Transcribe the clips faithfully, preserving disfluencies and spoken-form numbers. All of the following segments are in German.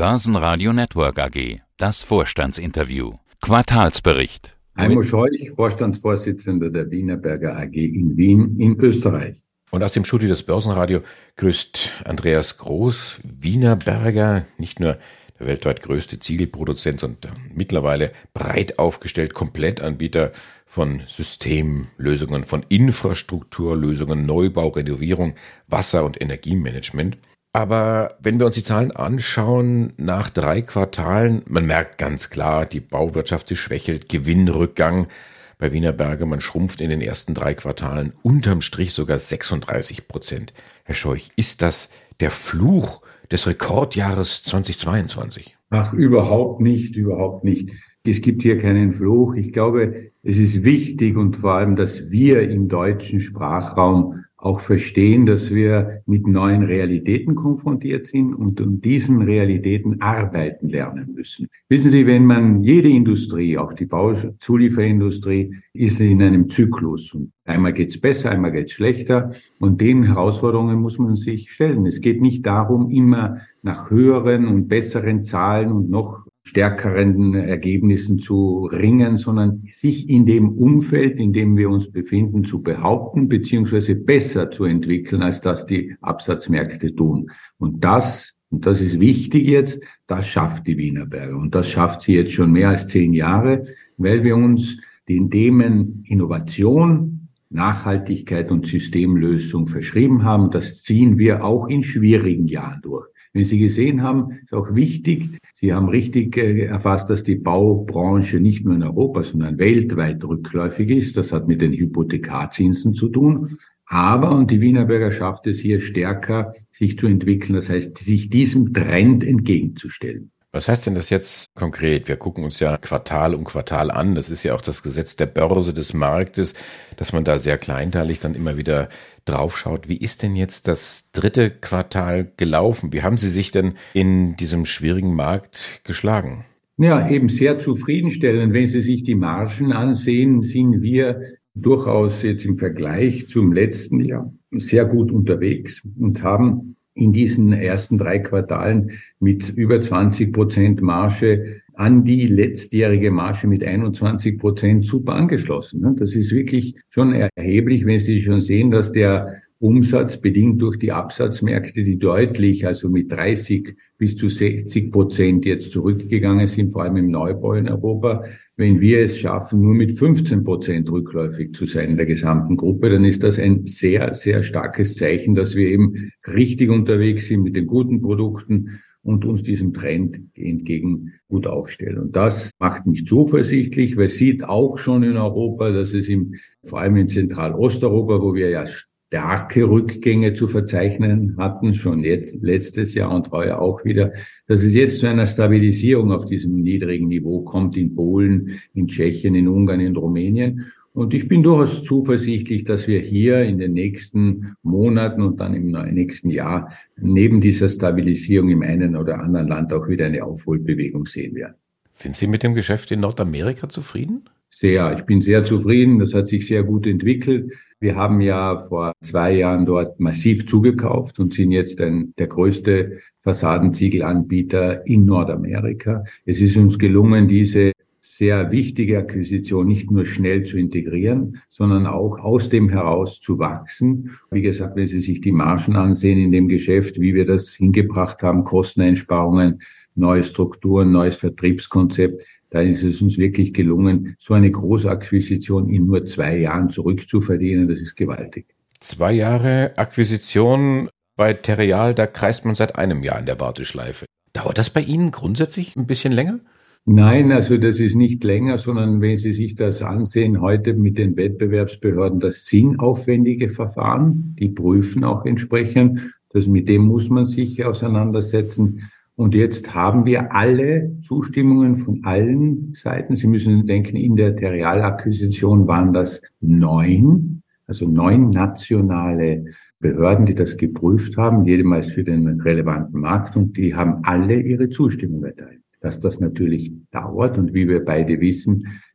Börsenradio Network A G. Das Vorstandsinterview. Quartalsbericht. Heimo Scheuch, Vorstandsvorsitzender der Wienerberger A G in Wien in Österreich. Und aus dem Studio des Börsenradio grüßt Andreas Groß, Wienerberger, nicht nur der weltweit größte Ziegelproduzent, sondern mittlerweile breit aufgestellt, Komplettanbieter von Systemlösungen, von Infrastrukturlösungen, Neubau, Renovierung, Wasser- und Energiemanagement. Aber wenn wir uns die Zahlen anschauen, nach drei Quartalen, man merkt ganz klar, die Bauwirtschaft ist schwächelt, Gewinnrückgang bei Wienerberger, man schrumpft in den ersten drei Quartalen unterm Strich sogar sechsunddreißig Prozent. Herr Scheuch, ist das der Fluch des Rekordjahres zweitausendzweiundzwanzig? Ach, überhaupt nicht, überhaupt nicht. Es gibt hier keinen Fluch. Ich glaube, es ist wichtig und vor allem, dass wir im deutschen Sprachraum auch verstehen, dass wir mit neuen Realitäten konfrontiert sind und an diesen Realitäten arbeiten lernen müssen. Wissen Sie, wenn man jede Industrie, auch die Bauzulieferindustrie, ist in einem Zyklus. Und einmal geht's besser, einmal geht's schlechter. Und den Herausforderungen muss man sich stellen. Es geht nicht darum, immer nach höheren und besseren Zahlen und noch stärkeren Ergebnissen zu ringen, sondern sich in dem Umfeld, in dem wir uns befinden, zu behaupten beziehungsweise besser zu entwickeln, als das die Absatzmärkte tun. Und das, und das ist wichtig jetzt, das schafft die Wienerberger. Und das schafft sie jetzt schon mehr als zehn Jahre, weil wir uns den Themen Innovation, Nachhaltigkeit und Systemlösung verschrieben haben. Das ziehen wir auch in schwierigen Jahren durch. Wenn Sie gesehen haben, ist auch wichtig, Sie haben richtig erfasst, dass die Baubranche nicht nur in Europa, sondern weltweit rückläufig ist. Das hat mit den Hypothekarzinsen zu tun. Aber, und die Wienerberger schafft es hier stärker, sich zu entwickeln, das heißt, sich diesem Trend entgegenzustellen. Was heißt denn das jetzt konkret? Wir gucken uns ja Quartal um Quartal an. Das ist ja auch das Gesetz der Börse, des Marktes, dass man da sehr kleinteilig dann immer wieder draufschaut. Wie ist denn jetzt das dritte Quartal gelaufen? Wie haben Sie sich denn in diesem schwierigen Markt geschlagen? Ja, eben sehr zufriedenstellend. Wenn Sie sich die Margen ansehen, sind wir durchaus jetzt im Vergleich zum letzten Jahr sehr gut unterwegs und haben in diesen ersten drei Quartalen mit über zwanzig Prozent Marge an die letztjährige Marge mit einundzwanzig Prozent super angeschlossen. Das ist wirklich schon erheblich, wenn Sie schon sehen, dass der Umsatz bedingt durch die Absatzmärkte, die deutlich, also mit dreißig bis zu sechzig Prozent jetzt zurückgegangen sind, vor allem im Neubau in Europa. Wenn wir es schaffen, nur mit fünfzehn Prozent rückläufig zu sein in der gesamten Gruppe, dann ist das ein sehr, sehr starkes Zeichen, dass wir eben richtig unterwegs sind mit den guten Produkten und uns diesem Trend entgegen gut aufstellen. Und das macht mich zuversichtlich, weil sieht auch schon in Europa, dass es im, vor allem in Zentralosteuropa, wo wir ja starke Rückgänge zu verzeichnen hatten, schon jetzt letztes Jahr und heuer auch wieder, dass es jetzt zu einer Stabilisierung auf diesem niedrigen Niveau kommt in Polen, in Tschechien, in Ungarn, in Rumänien. Und ich bin durchaus zuversichtlich, dass wir hier in den nächsten Monaten und dann im nächsten Jahr neben dieser Stabilisierung im einen oder anderen Land auch wieder eine Aufholbewegung sehen werden. Sind Sie mit dem Geschäft in Nordamerika zufrieden? Sehr, ich bin sehr zufrieden. Das hat sich sehr gut entwickelt. Wir haben ja vor zwei Jahren dort massiv zugekauft und sind jetzt ein, der größte Fassadenziegelanbieter in Nordamerika. Es ist uns gelungen, diese sehr wichtige Akquisition nicht nur schnell zu integrieren, sondern auch aus dem heraus zu wachsen. Wie gesagt, wenn Sie sich die Margen ansehen in dem Geschäft, wie wir das hingebracht haben, Kosteneinsparungen, neue Strukturen, neues Vertriebskonzept, da ist es uns wirklich gelungen, so eine Großakquisition in nur zwei Jahren zurückzuverdienen. Das ist gewaltig. Zwei Jahre Akquisition bei Terreal, da kreist man seit einem Jahr in der Warteschleife. Dauert das bei Ihnen grundsätzlich ein bisschen länger? Nein, also das ist nicht länger, sondern wenn Sie sich das ansehen, heute mit den Wettbewerbsbehörden, das sind aufwendige Verfahren, die prüfen auch entsprechend. Das, mit dem muss man sich auseinandersetzen. Und jetzt haben wir alle Zustimmungen von allen Seiten. Sie müssen denken, in der Terreal-Akquisition waren das neun, also neun nationale Behörden, die das geprüft haben, jeweils für den relevanten Markt, und die haben alle ihre Zustimmung erteilt. Dass das natürlich dauert und wie wir beide wissen,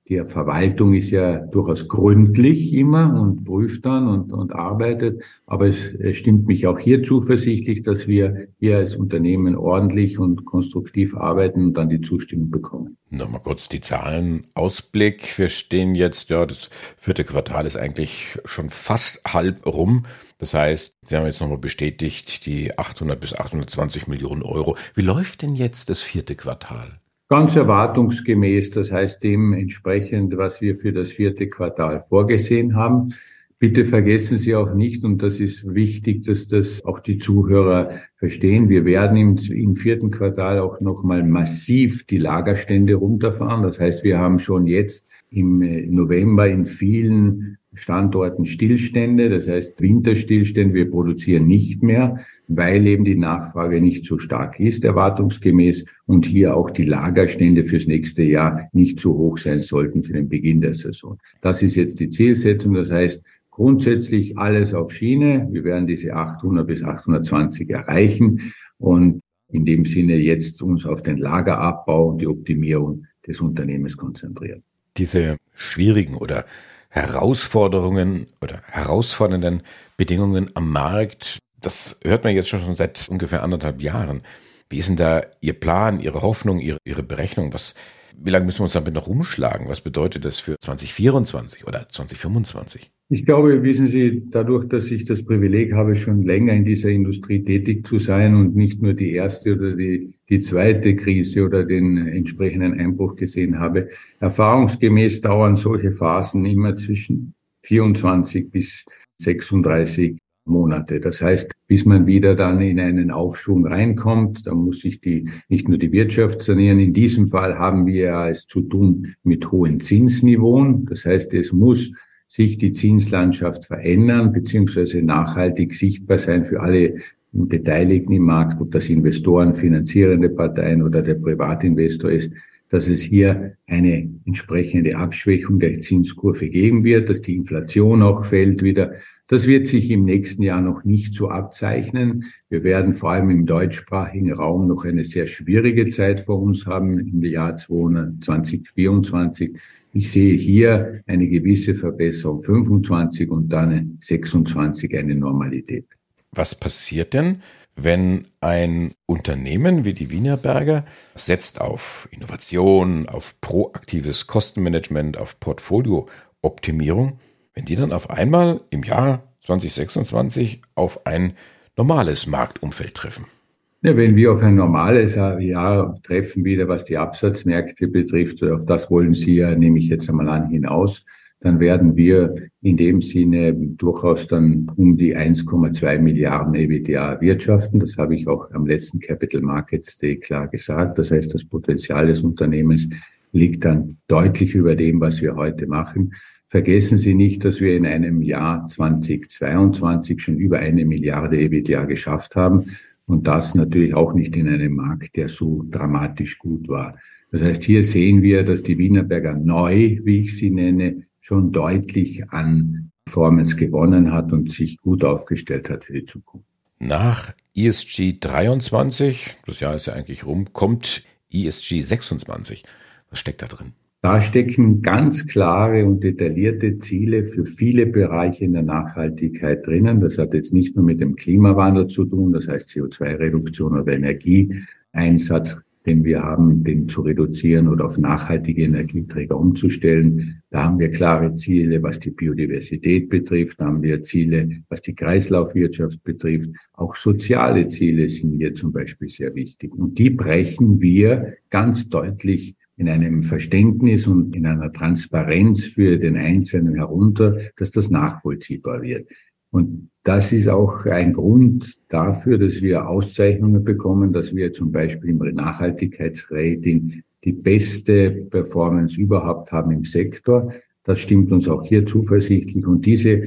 Die Verwaltung ist ja durchaus gründlich immer und prüft dann und, und arbeitet. Aber es, es stimmt mich auch hier zuversichtlich, dass wir hier als Unternehmen ordentlich und konstruktiv arbeiten und dann die Zustimmung bekommen. Nochmal kurz die Zahlen. Ausblick. Wir stehen jetzt, ja, das vierte Quartal ist eigentlich schon fast halb rum. Das heißt, Sie haben jetzt nochmal bestätigt, die achthundert bis achthundertzwanzig Millionen Euro. Wie läuft denn jetzt das vierte Quartal? Ganz erwartungsgemäß, das heißt dementsprechend, was wir für das vierte Quartal vorgesehen haben. Bitte vergessen Sie auch nicht, und das ist wichtig, dass das auch die Zuhörer verstehen, wir werden im, im vierten Quartal auch nochmal massiv die Lagerstände runterfahren. Das heißt, wir haben schon jetzt im November in vielen Standorten Stillstände, das heißt Winterstillstände. Wir produzieren nicht mehr, weil eben die Nachfrage nicht so stark ist, erwartungsgemäß, und hier auch die Lagerstände fürs nächste Jahr nicht zu hoch sein sollten für den Beginn der Saison. Das ist jetzt die Zielsetzung, das heißt grundsätzlich alles auf Schiene. Wir werden diese achthundert bis achthundertzwanzig erreichen und in dem Sinne jetzt uns auf den Lagerabbau und die Optimierung des Unternehmens konzentrieren. Diese schwierigen oder Herausforderungen oder herausfordernden Bedingungen am Markt, das hört man jetzt schon seit ungefähr anderthalb Jahren. Wie ist denn da Ihr Plan, Ihre Hoffnung, Ihre, Ihre Berechnung? Was, wie lange müssen wir uns damit noch rumschlagen? Was bedeutet das für zwanzig vierundzwanzig oder zwanzig fünfundzwanzig? Ich glaube, wissen Sie, dadurch, dass ich das Privileg habe, schon länger in dieser Industrie tätig zu sein und nicht nur die erste oder die, die zweite Krise oder den entsprechenden Einbruch gesehen habe, erfahrungsgemäß dauern solche Phasen immer zwischen vierundzwanzig bis sechsunddreißig Monate. Das heißt, bis man wieder dann in einen Aufschwung reinkommt, da muss sich die, nicht nur die Wirtschaft sanieren. In diesem Fall haben wir ja es zu tun mit hohen Zinsniveauen. Das heißt, es muss sich die Zinslandschaft verändern, beziehungsweise nachhaltig sichtbar sein für alle Beteiligten im Markt, ob das Investoren, finanzierende Parteien oder der Privatinvestor ist, dass es hier eine entsprechende Abschwächung der Zinskurve geben wird, dass die Inflation auch fällt wieder. Das wird sich im nächsten Jahr noch nicht so abzeichnen. Wir werden vor allem im deutschsprachigen Raum noch eine sehr schwierige Zeit vor uns haben im Jahr zwanzig vierundzwanzig. Ich sehe hier eine gewisse Verbesserung fünfundzwanzig und dann sechsundzwanzig eine Normalität. Was passiert denn, wenn ein Unternehmen wie die Wienerberger setzt auf Innovation, auf proaktives Kostenmanagement, auf Portfoliooptimierung, wenn die dann auf einmal im Jahr zwanzig sechsundzwanzig auf ein normales Marktumfeld treffen? Ja, wenn wir auf ein normales Jahr treffen, wieder was die Absatzmärkte betrifft, auf das wollen Sie ja, nehme ich jetzt einmal an, hinaus, dann werden wir in dem Sinne durchaus dann um die eins Komma zwei Milliarden EBITDA wirtschaften. Das habe ich auch am letzten Capital Markets Day klar gesagt. Das heißt, das Potenzial des Unternehmens liegt dann deutlich über dem, was wir heute machen. Vergessen Sie nicht, dass wir in einem Jahr zwanzig zweiundzwanzig schon über eine Milliarde EBITDA geschafft haben. Und das natürlich auch nicht in einem Markt, der so dramatisch gut war. Das heißt, hier sehen wir, dass die Wienerberger neu, wie ich sie nenne, schon deutlich an Performance gewonnen hat und sich gut aufgestellt hat für die Zukunft. Nach E S G dreiundzwanzig, das Jahr ist ja eigentlich rum, kommt E S G sechsundzwanzig. Was steckt da drin? Da stecken ganz klare und detaillierte Ziele für viele Bereiche in der Nachhaltigkeit drinnen. Das hat jetzt nicht nur mit dem Klimawandel zu tun, das heißt C O zwei Reduktion oder Energieeinsatz, den wir haben, den zu reduzieren oder auf nachhaltige Energieträger umzustellen. Da haben wir klare Ziele, was die Biodiversität betrifft. Da haben wir Ziele, was die Kreislaufwirtschaft betrifft. Auch soziale Ziele sind hier zum Beispiel sehr wichtig. Und die brechen wir ganz deutlich in einem Verständnis und in einer Transparenz für den Einzelnen herunter, dass das nachvollziehbar wird. Und das ist auch ein Grund dafür, dass wir Auszeichnungen bekommen, dass wir zum Beispiel im Nachhaltigkeitsrating die beste Performance überhaupt haben im Sektor. Das stimmt uns auch hier zuversichtlich. Und diese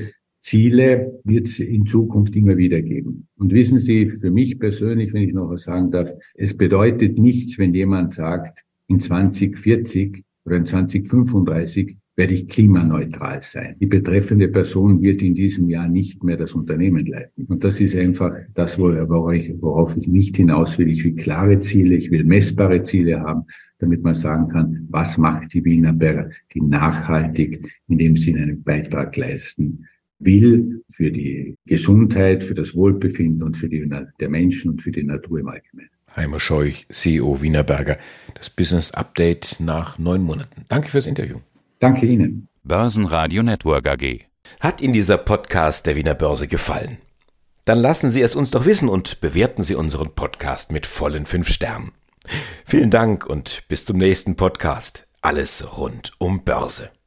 Ziele wird es in Zukunft immer wieder geben. Und wissen Sie, für mich persönlich, wenn ich noch was sagen darf, es bedeutet nichts, wenn jemand sagt, in zwanzig vierzig oder in zwanzig fünfunddreißig werde ich klimaneutral sein. Die betreffende Person wird in diesem Jahr nicht mehr das Unternehmen leiten. Und das ist einfach das, worauf ich, worauf ich nicht hinaus will. Ich will klare Ziele, ich will messbare Ziele haben, damit man sagen kann, was macht die Wienerberger, die nachhaltig in dem Sinne einen Beitrag leisten will für die Gesundheit, für das Wohlbefinden und für die der Menschen und für die Natur im Allgemeinen. Heimo Scheuch, C E O Wienerberger, das Business Update nach neun Monaten. Danke fürs Interview. Danke Ihnen. Börsenradio Network A G. Hat Ihnen dieser Podcast der Wiener Börse gefallen? Dann lassen Sie es uns doch wissen und bewerten Sie unseren Podcast mit vollen fünf Sternen. Vielen Dank und bis zum nächsten Podcast. Alles rund um Börse.